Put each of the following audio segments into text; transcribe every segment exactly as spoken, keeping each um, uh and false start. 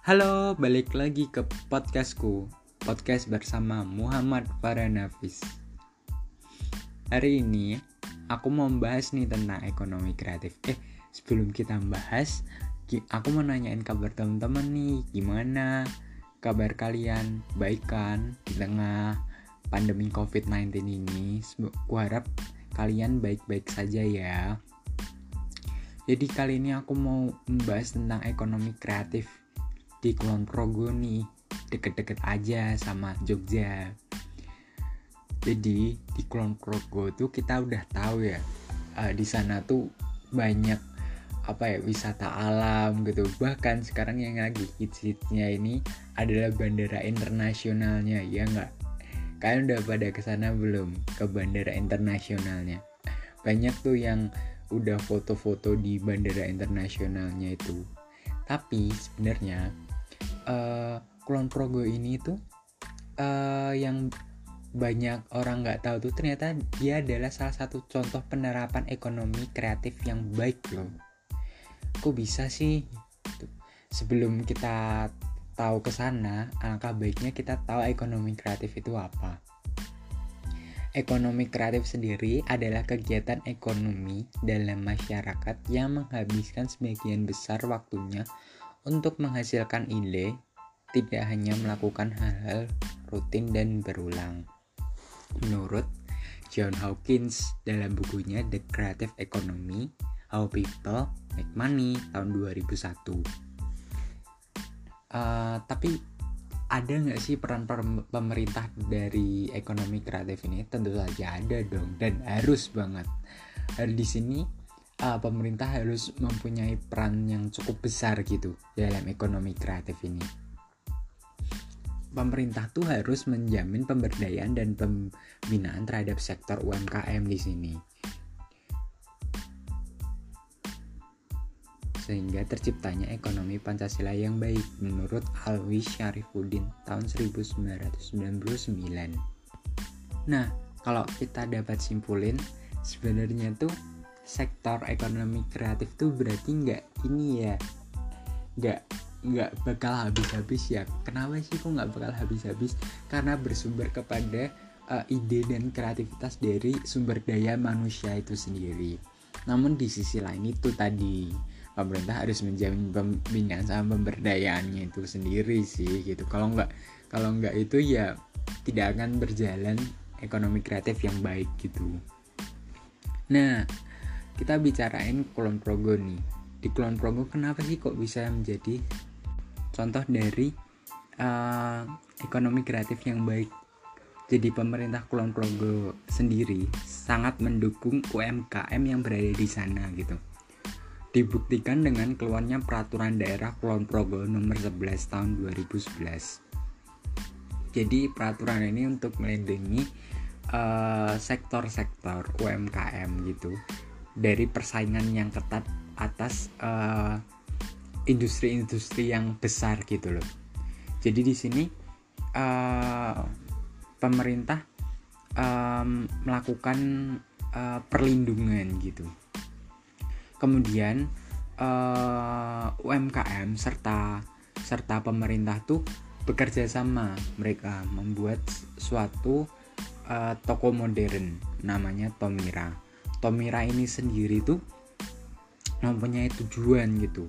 Halo, balik lagi ke podcastku. Podcast bersama Muhammad Faranafis. Hari ini aku mau membahas nih tentang ekonomi kreatif. Eh, sebelum kita bahas, aku mau nanyain kabar teman-teman nih. Gimana kabar kalian? Baik kan di tengah pandemi covid sembilan belas ini? Aku harap kalian baik-baik saja ya. Jadi kali ini aku mau membahas tentang ekonomi kreatif di Kulon Progo nih, deket-deket aja sama Jogja. Jadi di Kulon Progo tuh kita udah tahu ya, uh, di sana tuh banyak apa ya wisata alam gitu. Bahkan sekarang yang lagi hits-hitsnya ini adalah bandara internasionalnya, ya nggak? Kalian udah pada kesana belum? Ke bandara internasionalnya? Banyak tuh yang udah foto-foto di bandara internasionalnya itu. Tapi sebenarnya uh, Kulon Progo ini tuh uh, yang banyak orang nggak tahu tuh ternyata dia adalah salah satu contoh penerapan ekonomi kreatif yang baik loh. Kok bisa sih? Sebelum kita tahu ke sana, alangkah baiknya kita tahu ekonomi kreatif itu apa. Ekonomi kreatif sendiri adalah kegiatan ekonomi dalam masyarakat yang menghabiskan sebagian besar waktunya untuk menghasilkan ide, tidak hanya melakukan hal-hal rutin dan berulang. Menurut John Hawkins dalam bukunya The Creative Economy, How People Make Money tahun dua ribu satu. Uh, tapi ada nggak sih peran pemerintah dari ekonomi kreatif ini? Tentu saja ada dong, dan harus banget. Di sini uh, pemerintah harus mempunyai peran yang cukup besar gitu dalam ekonomi kreatif ini. Pemerintah tuh harus menjamin pemberdayaan dan pembinaan terhadap sektor U M K M di sini, sehingga terciptanya ekonomi Pancasila yang baik menurut Alwi Syarifuddin tahun seribu sembilan ratus sembilan puluh sembilan. Nah, kalau kita dapat simpulin, sebenarnya tuh sektor ekonomi kreatif tuh berarti nggak ini ya, nggak nggak bakal habis-habis ya. Kenapa sih kok nggak bakal habis-habis? Karena bersumber kepada uh, ide dan kreativitas dari sumber daya manusia itu sendiri. Namun di sisi lain itu tadi, pemerintah harus menjamin pembinaan sama pemberdayaannya itu sendiri sih gitu. Kalau nggak kalau nggak itu ya tidak akan berjalan ekonomi kreatif yang baik gitu. Nah, kita bicarain Kulon Progo nih. Di Kulon Progo kenapa sih kok bisa menjadi contoh dari uh, ekonomi kreatif yang baik? Jadi pemerintah Kulon Progo sendiri sangat mendukung U M K M yang berada di sana gitu. Dibuktikan dengan keluarnya peraturan daerah Kulon Progo nomor sebelas tahun dua ribu sebelas. Jadi peraturan ini untuk melindungi uh, sektor-sektor U M K M gitu dari persaingan yang ketat atas uh, industri-industri yang besar gitu loh. Jadi di sini uh, pemerintah um, melakukan uh, perlindungan gitu. Kemudian uh, U M K M serta serta pemerintah tuh bekerja sama, mereka membuat suatu uh, toko modern namanya Tomira. Tomira ini sendiri tuh mempunyai tujuan gitu.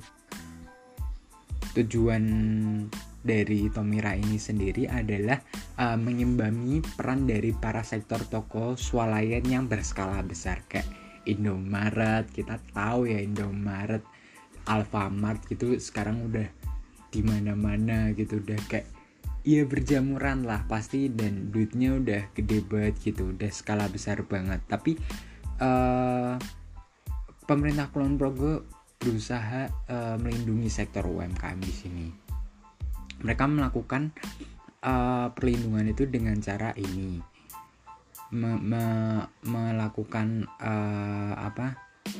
Tujuan dari Tomira ini sendiri adalah uh, mengimbangi peran dari para sektor toko swalayan yang berskala besar kayak Indomaret. Kita tahu ya Indomaret, Alfamart gitu sekarang udah di mana-mana gitu, udah kayak ya berjamuran lah pasti, dan duitnya udah gede banget gitu, udah skala besar banget. Tapi uh, pemerintah Kulon Progo berusaha uh, melindungi sektor U M K M di sini. Mereka melakukan uh, perlindungan itu dengan cara ini, me- me- melakukan uh, apa?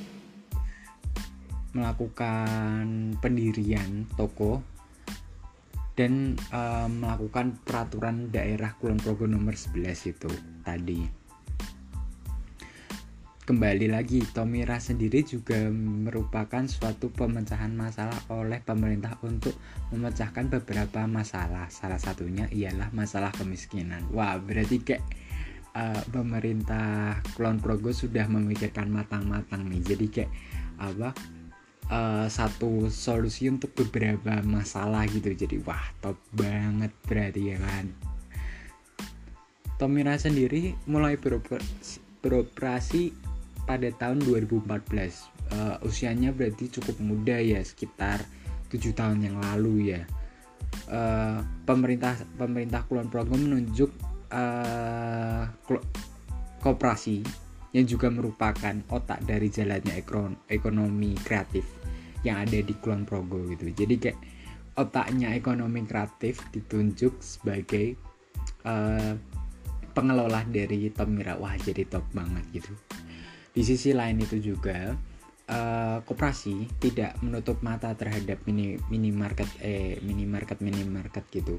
Melakukan pendirian toko dan uh, melakukan peraturan daerah Kulon Progo nomor sebelas itu tadi. kembali lagi, Tomira sendiri juga merupakan suatu pemecahan masalah oleh pemerintah untuk memecahkan beberapa masalah. Salah satunya ialah masalah kemiskinan. Wah, berarti kayak uh, pemerintah Kulon Progo sudah memikirkan matang-matang nih. Jadi kayak apa? Uh, satu solusi untuk beberapa masalah gitu. Jadi wah, top banget berarti ya kan. Tomira sendiri mulai beroperasi, beroperasi pada tahun dua ribu empat belas. Uh, usianya berarti cukup muda ya, sekitar tujuh tahun yang lalu ya. Uh, pemerintah pemerintah Kulon Progo menunjuk uh, koperasi yang juga merupakan otak dari jalannya ekonomi kreatif yang ada di Kulon Progo gitu. Jadi kayak otaknya ekonomi kreatif ditunjuk sebagai uh, pengelola dari Tomira. Wah, jadi top banget gitu. Di sisi lain itu juga uh, koperasi tidak menutup mata terhadap mini minimarket eh minimarket minimarket gitu.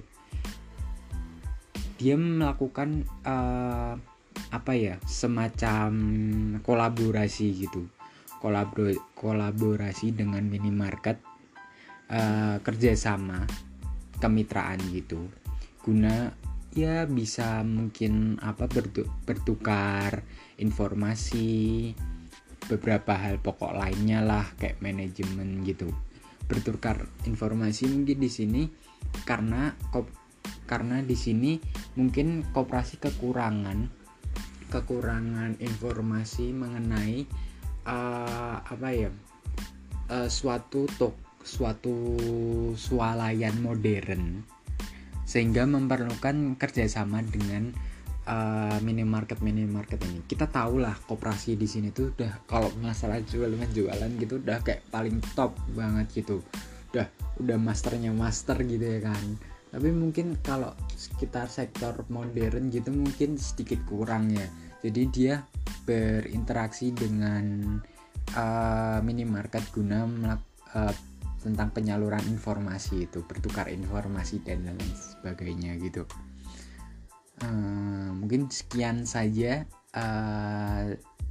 Dia melakukan uh, apa ya, semacam kolaborasi gitu. Kolabor kolaborasi dengan minimarket, uh, kerjasama, kemitraan gitu. Guna ya bisa mungkin apa bertukar informasi, beberapa hal pokok lainnya lah kayak manajemen gitu. Bertukar informasi mungkin di sini karena kop, karena di sini mungkin koperasi kekurangan kekurangan informasi mengenai uh, apa ya uh, suatu tok suatu swalayan modern, sehingga memerlukan kerjasama dengan uh, minimarket minimarket ini. Kita tahu lah koperasi di sini tuh udah kalau masalah jualan jualan gitu udah kayak paling top banget gitu. Udah udah masternya master gitu ya kan. Tapi mungkin kalau sekitar sektor modern gitu mungkin sedikit kurang ya. Jadi dia berinteraksi dengan uh, minimarket guna melak- uh, tentang penyaluran informasi itu, bertukar informasi dan lain sebagainya gitu. Uh, mungkin sekian saja uh,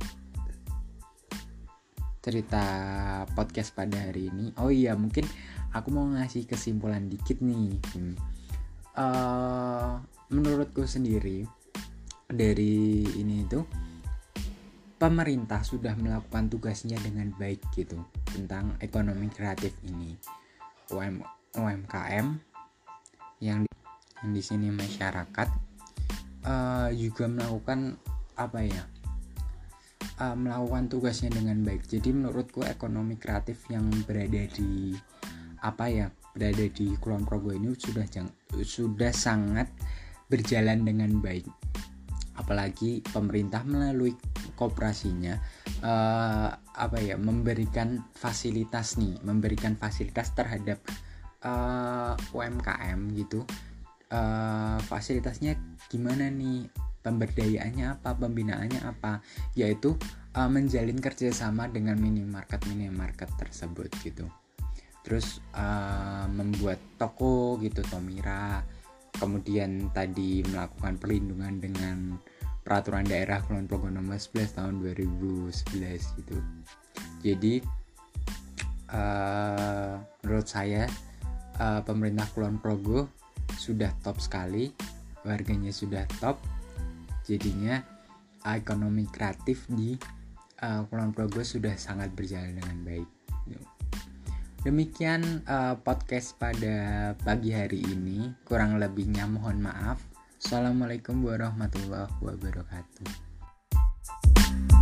cerita podcast pada hari ini. Oh iya, mungkin aku mau ngasih kesimpulan dikit nih. Hmm. Uh, menurutku sendiri dari ini itu pemerintah sudah melakukan tugasnya dengan baik gitu tentang ekonomi kreatif ini. U M K M yang di, yang di sini masyarakat uh, juga melakukan apa ya uh, melakukan tugasnya dengan baik. Jadi menurutku ekonomi kreatif yang berada di apa ya berada di Kulon Progo ini sudah jang, sudah sangat berjalan dengan baik. Apalagi pemerintah melalui koperasinya uh, apa ya memberikan fasilitas nih, memberikan fasilitas terhadap uh, U M K M gitu. Uh, fasilitasnya gimana nih? Pemberdayaannya apa? Pembinaannya apa? Yaitu uh, menjalin kerjasama dengan minimarket minimarket tersebut gitu. Terus uh, membuat toko gitu, Tomira. Kemudian tadi melakukan perlindungan dengan peraturan daerah Kulon Progo nomor sebelas tahun dua ribu sebelas gitu. Jadi uh, menurut saya uh, pemerintah Kulon Progo sudah top sekali, warganya sudah top. Jadinya uh, ekonomi kreatif di uh, Kulon Progo sudah sangat berjalan dengan baik. Demikian uh, podcast pada pagi hari ini. Kurang lebihnya mohon maaf. Assalamualaikum warahmatullahi wabarakatuh.